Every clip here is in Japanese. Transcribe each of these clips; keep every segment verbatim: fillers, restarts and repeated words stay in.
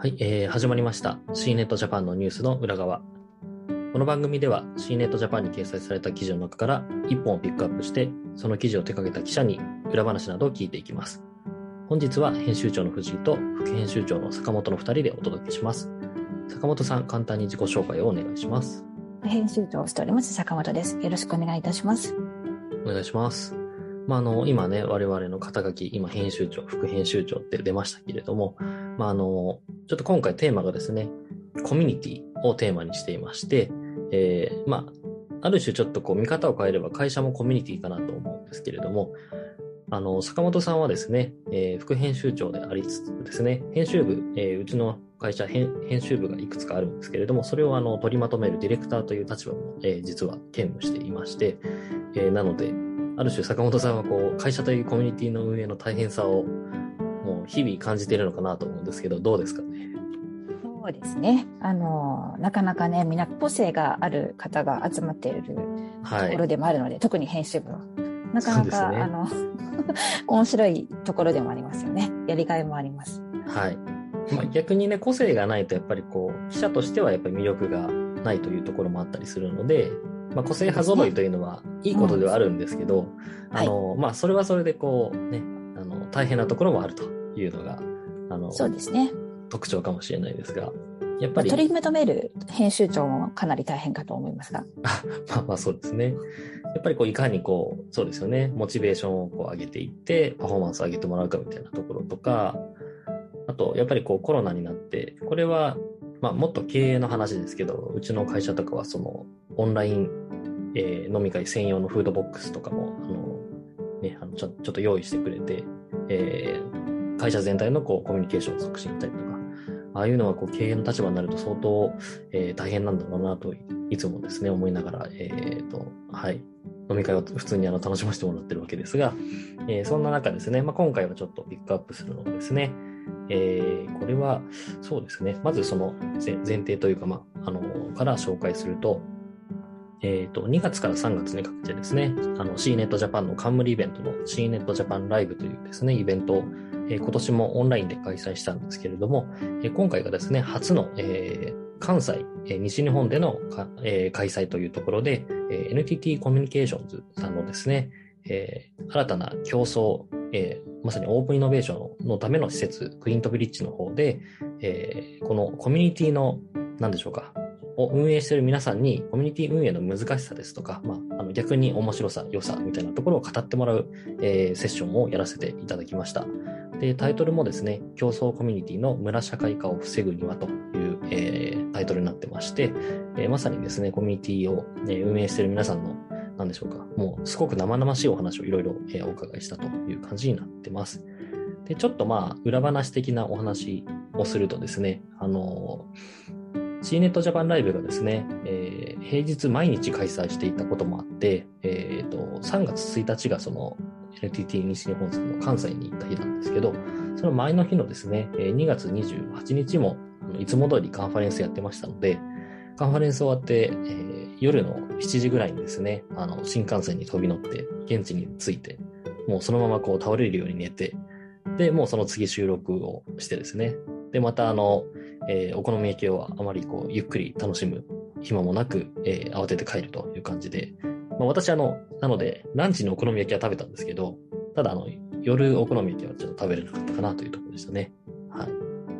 はい、えー、始まりました シーネット Japan のニュースの裏側。この番組では シーネット Japan に掲載された記事の中からいっぽんをピックアップして、その記事を手掛けた記者に裏話などを聞いていきます。本日は編集長の藤井と副編集長の坂本のふたりでお届けします。坂本さん、簡単に自己紹介をお願いします。 編集長をしております坂本です。よろしくお願いいたします。 お願いします。まあ、あの今ね、我々の肩書き、今編集長、副編集長って出ましたけれども、まあ、あのちょっと今回テーマがですね、コミュニティをテーマにしていまして、えー、まあある種ちょっとこう見方を変えれば会社もコミュニティかなと思うんですけれども、あの坂本さんはですね、えー、副編集長でありつつですね、編集部、えー、うちの会社編編集部がいくつかあるんですけれども、それをあの取りまとめるディレクターという立場も、えー、実は兼務していまして、えー、なのである種坂本さんはこう会社というコミュニティの運営の大変さをもう日々感じているのかなと思うんですけど、どうですかね。 そうですね。あのなかなかね、みんな個性がある方が集まっているところでもあるので、はい、特に編集部はなかなか、ね、あの面白いところでもありますよね。やりがいもあります。 はい。まあ、逆にね、個性がないとやっぱりこう記者としてはやっぱり魅力がないというところもあったりするので、まあ、個性派揃いというのはいいことではあるんですけど、うん、あの、はい、まあそれはそれでこうね、あの大変なところもあるというのがあのそうですね。 特徴かもしれないですが、やっぱり、 まあ、取りまとめる編集長もかなり大変かと思いますが、 まあまあそうですね。やっぱりこういかにこうそうですよね、モチベーションをこう上げていってパフォーマンスを上げてもらうかみたいなところとか、あとやっぱりこうコロナになって、これはまあもっと経営の話ですけど、うちの会社とかはそのオンライン、えー、飲み会専用のフードボックスとかもあのね、あのちょ、ちょっと用意してくれて、えー、会社全体のこうコミュニケーションを促進したりとか、ああいうのはこう経営の立場になると相当、えー、大変なんだろうなといつもですね思いながら、えーとはい、飲み会を普通にあの楽しませてもらってるわけですが、えー、そんな中ですね、まあ、今回はちょっとピックアップするのがですね、えー、これはそうですね、まずその前提というか、まあ、あのから紹介すると、えーと、にがつからさんがつにかけてですね、あの シーネット Japan の冠イベントの シーネット Japan ライブというですね、イベントを、えー、今年もオンラインで開催したんですけれども、えー、今回がですね、初の、えー、関西、えー、西日本でのか、えー、開催というところで、えー、エヌティーティー コミュニケーションズさんのですね、えー、新たな競争、えー、まさにオープンイノベーションのための施設、クリントブリッジの方で、えー、このコミュニティの、何でしょうか、を運営している皆さんにコミュニティ運営の難しさですとか、まあ、あの逆に面白さ、良さみたいなところを語ってもらう、えー、セッションをやらせていただきました。で、タイトルもですね、競争コミュニティの村社会化を防ぐにはという、えー、タイトルになってまして、えー、まさにですね、コミュニティを、えー、運営している皆さんの、何でしょうか、もうすごく生々しいお話をいろいろお伺いしたという感じになってます。で、ちょっとまあ、裏話的なお話をするとですね、あのー、シーネット Japan ライブがですね、えー、平日毎日開催していたこともあって、えーと、さんがつついたちがその エヌティーティー 西日本さんの関西に行った日なんですけど、その前の日のですね、にがつにじゅうはちにちもいつも通りカンファレンスやってましたので、カンファレンス終わって、えー、夜のしちじぐらいにですね、あの新幹線に飛び乗って現地に着いて、もうそのままこう倒れるように寝て、で、もうその次収録をしてですね、で、またあの、えー、お好み焼きをあまりこうゆっくり楽しむ暇もなく、えー、慌てて帰るという感じで、まあ、私あのなのでランチのお好み焼きは食べたんですけど、ただあの夜お好み焼きはちょっと食べれなかったかなというところでしたね。はい。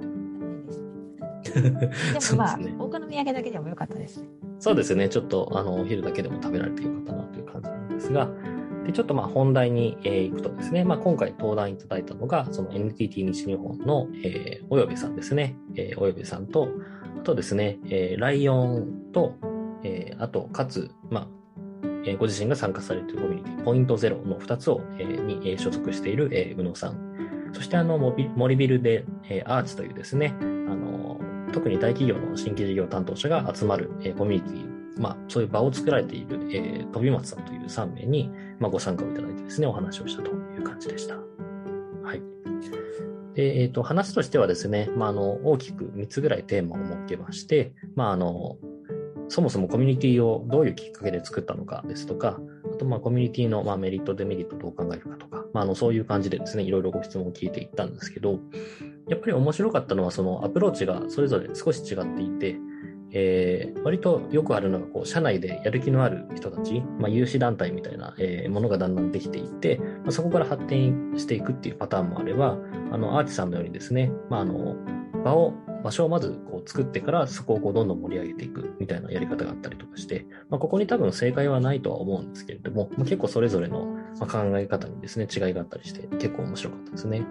でもまあ、ね、お好み焼きだけでもよかったですね。 そうですね。ちょっとあのお昼だけでも食べられてよかったなという感じなんですが。でちょっとまあ本題に、えー、行くとですね、まあ、今回登壇いただいたのが、その エヌティーティー 西日本の、えー、およべさんですね。えー、およべさんと、あとですね、えー、ライオンと、えー、あと、かつ、まあ、えー、ご自身が参加されているコミュニティ、ポイントゼロのふたつを、えー、に、えー、所属している、えー、宇野さん。そしてあの、森ビルで、えー、アーチというですね、あの、特に大企業の新規事業担当者が集まる、えー、コミュニティ、まあ、そういう場を作られている、えー、飛松さんというさんめいに、まあ、ご参加をいただいてですね、お話をしたという感じでした。はい。で、えっと、話としてはですね、まあ、あの、大きくみっつぐらいテーマを設けまして、まあ、あの、そもそもコミュニティをどういうきっかけで作ったのかですとか、あと、まあ、コミュニティの、まあ、メリット、デメリットどう考えるかとか、まあ、あの、そういう感じでですね、いろいろご質問を聞いていったんですけど、 やっぱり面白かったのはそのアプローチがそれぞれ少し違っていて、えー、割とよくあるのがこう社内でやる気のある人たち、まあ、有志団体みたいな、えー、ものがだんだんできていって、まあ、そこから発展していくっていうパターンもあれば、あのアーティさんのようにですね、まあ、あの場を場所をまずこう作ってからそこをこうどんどん盛り上げていくみたいなやり方があったりとかして、まあ、ここに多分正解はないとは思うんですけれども、まあ、結構それぞれの考え方にですね違いがあったりして結構面白かったですね。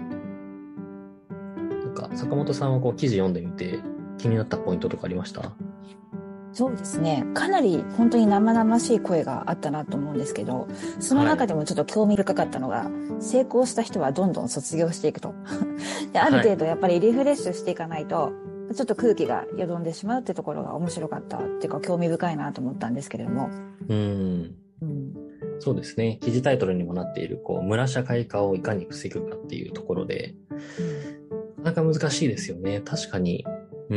なんか坂本さんはこう記事読んでみて気になったポイントとかありました？ そうですね。かなり本当に生々しい声があったなと思うんですけど、その中でもちょっと興味深かったのが、はい、成功した人はどんどん卒業していくと。で、ある程度やっぱりリフレッシュしていかないと、はい、ちょっと空気がよどんでしまうってところが面白かったっていうか興味深いなと思ったんですけれども。 うん。うん、そうですね。記事タイトルにもなっている、こう、村社会化をいかに防ぐかっていうところで、うん、なかなか難しいですよね。確かに。うん。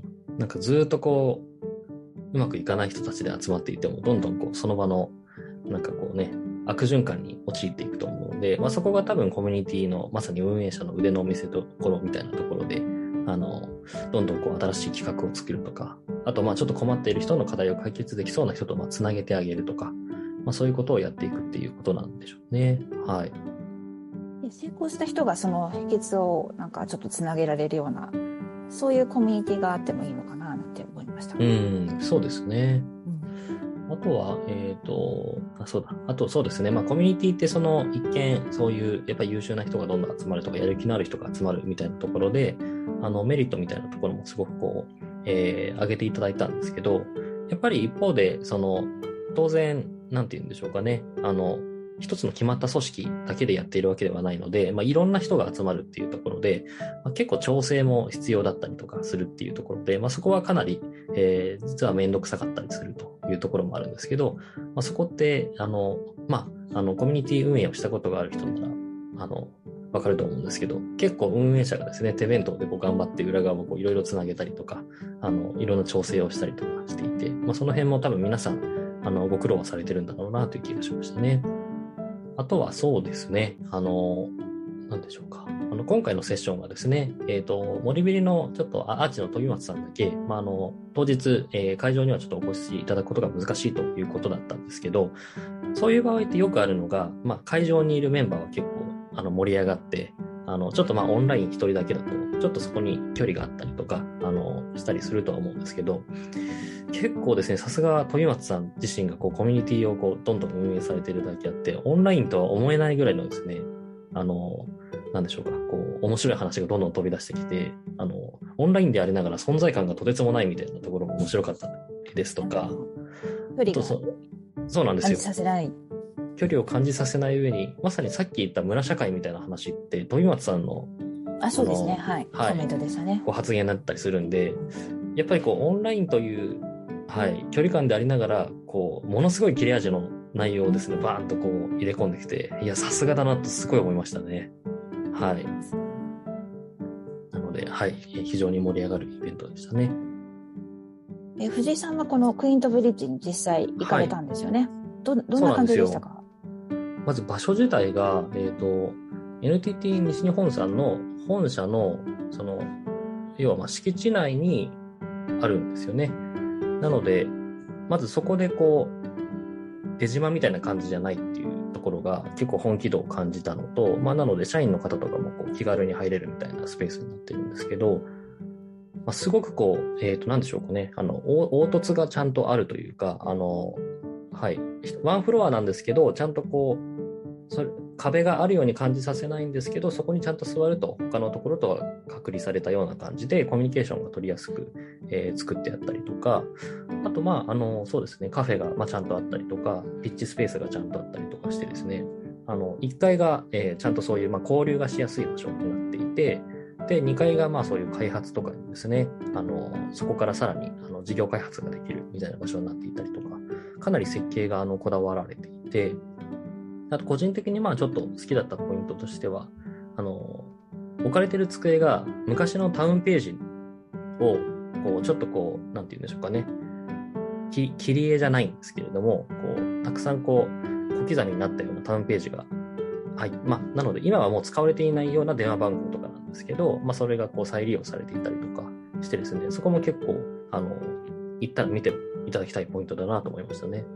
なんかずっとこう、うまくいかない人たちで集まっていても、どんどんこう、その場の、なんかこうね、悪循環に陥っていくと思うので、まあそこが多分コミュニティの、まさに運営者の腕の見せ所みたいなところで、あの、どんどんこう、新しい企画を作るとか、あとまあちょっと困っている人の課題を解決できそうな人とまあつなげてあげるとか、まあそういうことをやっていくっていうことなんでしょうね。はい。 成功した人がその秘訣をなんかちょっとつなげられるような、そういうコミュニティがあってもいいのかななんて思いました。 うん、そうですね。うん、あとは、えっと、あ、そうだ。あとそうですね。まあコミュニティってその一見そういうやっぱり優秀な人がどんどん集まるとかやる気のある人が集まるみたいなところで、あのメリットみたいなところもすごくこう、えー、挙げていただいたんですけど、やっぱり一方で、その、当然、なんて言うんでしょうかね。あの、一つの決まった組織だけでやっているわけではないので、まあ、いろんな人が集まるっていうところで、まあ、結構調整も必要だったりとかするっていうところで、まあ、そこはかなり、えー、実はめんどくさかったりするというところもあるんですけど、まあ、そこって、あの、まあ、あの、コミュニティ運営をしたことがある人なら、あの、わかると思うんですけど、結構運営者がですね、手弁当でこう頑張って裏側をこういろいろつなげたりとか、あの、いろんな調整をしたりとかしていて、まあ、その辺も多分皆さん、あの、ご苦労はされてるんだろうなという気がしましたね。あとはそうですね、あの、なんでしょうか。あの、今回のセッションはですね、えっと、森ビリのちょっとアーチの飛松さんだけ、まあ、あの、当日、えー、会場にはちょっとお越しいただくことが難しいということだったんですけど、そういう場合ってよくあるのが、まあ、会場にいるメンバーは結構、あの、盛り上がって、あの、ちょっとまあ、オンライン一人だけだと、ちょっとそこに距離があったりとか、あの、したりするとは思うんですけど、結構ですね、さすが飛松さん自身がこうコミュニティをこうどんどん運営されているだけあって、オンラインとは思えないぐらいのですね、あの、なんでしょうか、こう、面白い話がどんどん飛び出してきて、あの、オンラインでありながら存在感がとてつもないみたいなところも面白かったですとか、 距離がそそうなんですよ。 感じさせない。 距離を感じさせない上に、まさにさっき言った村社会みたいな話って、飛松さんの、 あ、そうですね、はい、はい、コメントでしたね。 こう発言だったりするんで、やっぱりこう、オンラインという、はい、距離感でありながら、こう、ものすごい切れ味の内容をですね、バーンとこう入れ込んできて、いや、さすがだなとすごい思いましたね。はい。なので、はい、非常に盛り上がるイベントでしたね。 え、藤井さんはこのクイーントブリッジに実際行かれたんですよね。はい、ど、どんな感じでしたか？ まず場所自体が、えっと、エヌティーティー 西日本さんの本社の、その、要はまあ敷地内にあるんですよね。なので、まずそこでこう、出島みたいな感じじゃないっていうところが結構本気度を感じたのと、まあなので社員の方とかもこう気軽に入れるみたいなスペースになってるんですけど、まあ、すごくこう、えっと、なんでしょうかね、あの、凹凸がちゃんとあるというか、あの、はい、ワンフロアなんですけど、ちゃんとこう、それ壁があるように感じさせないんですけど、そこにちゃんと座ると他のところとは隔離されたような感じでコミュニケーションが取りやすく、えー、作ってあったりとか、あとまああのそうですね、カフェがまあちゃんとあったりとか、ピッチスペースがちゃんとあったりとかしてですね、あのいっかいが、えー、ちゃんとそういうまあ交流がしやすい場所になっていて、でにかいがまあそういう開発とかにですね、あのそこからさらにあの事業開発ができるみたいな場所になっていたりとか、かなり設計があのこだわられていて、あと個人的にまあちょっと好きだったポイントとしては、あの、置かれてる机が昔のタウンページを、こう、ちょっとこう、なんて言うんでしょうかね。き切り絵じゃないんですけれども、こう、たくさんこう、小刻みになったようなタウンページが、はい。まあ、なので今はもう使われていないような電話番号とかなんですけど、まあ、それがこう再利用されていたりとかしてですね、そこも結構、あの、一旦見ていただきたいポイントだなと思いましたね。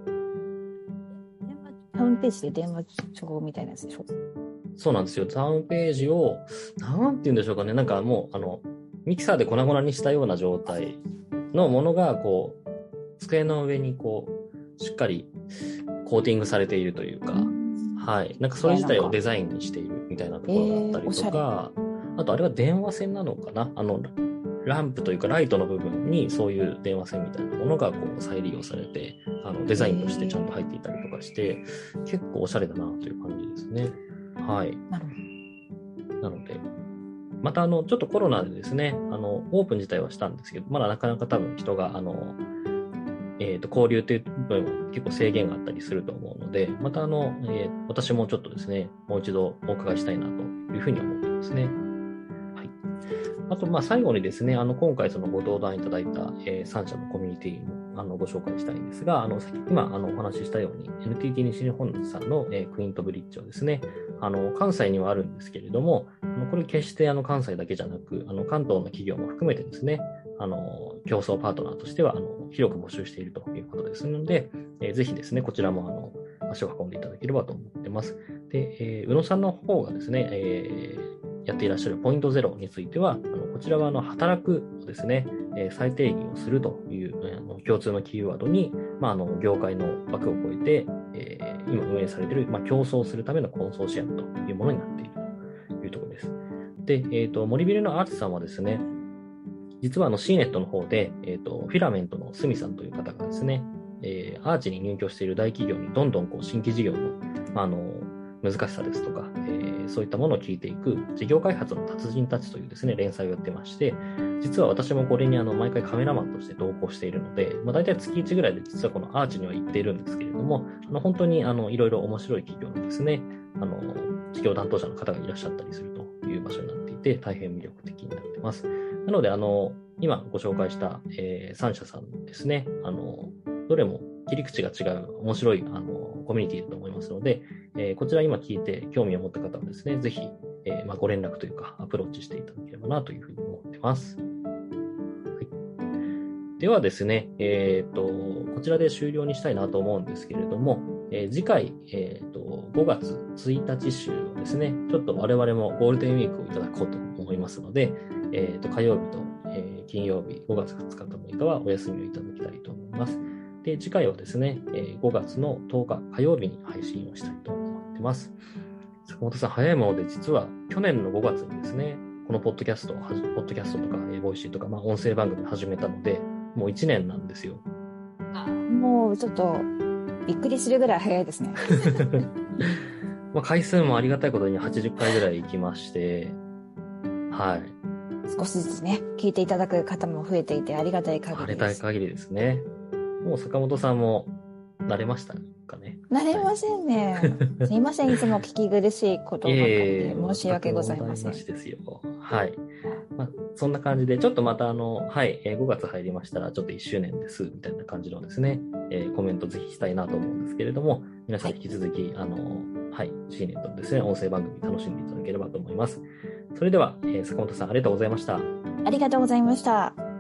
タウンページで電話帳みたいなやつでしょ？ そうなんですよ。タウンページを、なんて言うんでしょうかね。なんかもう、あの、ミキサーで粉々にしたような状態のものが、こう、机の上にこう、しっかりコーティングされているというか、はい。なんかそれ自体をデザインにしているみたいなところがあったりとか、えー、あとあれは電話線なのかな？あの、ランプというかライトの部分にそういう電話線みたいなものがこう再利用されて、あのデザインとしてちゃんと入っていたりとかして、結構おしゃれだなという感じですね。はい。 なるほど。なので、またあの、ちょっとコロナでですね、あの、オープン自体はしたんですけど、まだなかなか多分人が、あの、えっと、交流という部分は結構制限があったりすると思うので、またあの、えー、私もちょっとですね、もう一度お伺いしたいなというふうに思ってますね。はい。あと、まあ、最後にですね、あの、今回そのご登壇いただいた、えー、さん社のコミュニティも、あの、ご紹介したいんですが、あの、今、あの、お話ししたように、エヌティーティー 西日本さんの、えー、クイントブリッジをですね、あの、関西にはあるんですけれども、あのこれ決してあの、関西だけじゃなく、あの、関東の企業も含めてですね、あの、競争パートナーとしては、あの、広く募集しているということですので、えー、ぜひですね、こちらも、あの、足を運んでいただければと思ってます。で、えー、宇野さんの方がですね、えーやっていらっしゃるポイントゼロについては、あのこちらはあの働くをですね、えー、再定義をするという、えー、の共通のキーワードに、まあ、あの業界の枠を超えて、えー、今運営されている、まあ、競争するためのコンソーシアムというものになっているというところです。で、えーと、森ビルのアーチさんはですね、実はあの シーネット の方で、えーと、フィラメントのスミさんという方がですね、えー、アーチに入居している大企業にどんどんこう新規事業の、まあ、あの難しさですとか、えーそういったものを聞いていく事業開発の達人たちというですね、連載をやってまして、実は私もこれにあの毎回カメラマンとして同行しているので、まあ、大体月いちぐらいで実はこのアーチには行っているんですけれども、あの本当にあのいろいろ面白い企業のですね、あの事業担当者の方がいらっしゃったりするという場所になっていて、大変魅力的になっています。なので、あの今ご紹介した、えー、さん社さんですね、あのどれも切り口が違う面白いあのコミュニティだと思いますので、えー、こちら今聞いて興味を持った方はですね、ぜひ、えーまあ、ご連絡というかアプローチしていただければなというふうに思っています。はい、ではですね、えーと、こちらで終了にしたいなと思うんですけれども、えー、次回、えーと、ごがつついたち週はですね、ちょっと我々もゴールデンウィークをいただこうと思いますので、えーと、火曜日と、えー、金曜日ごがつふつかとむいかはお休みをいただきたいと思います。で、次回はですね、ごがつのとおか火曜日に配信をしたいと思っています。坂本さん、早いもので実は去年のごがつにですね、このポッドキャストを、ポッドキャストとか、ボイシーとか、まあ、音声番組始めたので、もういちねんなんですよ。 あ、もうちょっとびっくりするぐらい早いですね。 まあ回数もありがたいことにはちじゅっかいぐらい行きまして、はい。 少しずつね、聞いていただく方も増えていてありがたい限りです。 ありがたい限りですね。もう坂本さんも慣れましたかね。 慣れませんね。はい、すいません、いつも聞き苦しいことばかりで申し訳ございません。 えー、全く問題なしですよ。はい。まあ、そんな感じで、ちょっとまたあの、はい、ごがつ入りましたら、ちょっといっしゅうねんです、みたいな感じのですね、えー、コメントぜひしたいなと思うんですけれども、皆さん引き続き、はい、あの、はい、シーネットのですね、音声番組楽しんでいただければと思います。それでは、えー、坂本さんありがとうございました。 ありがとうございました。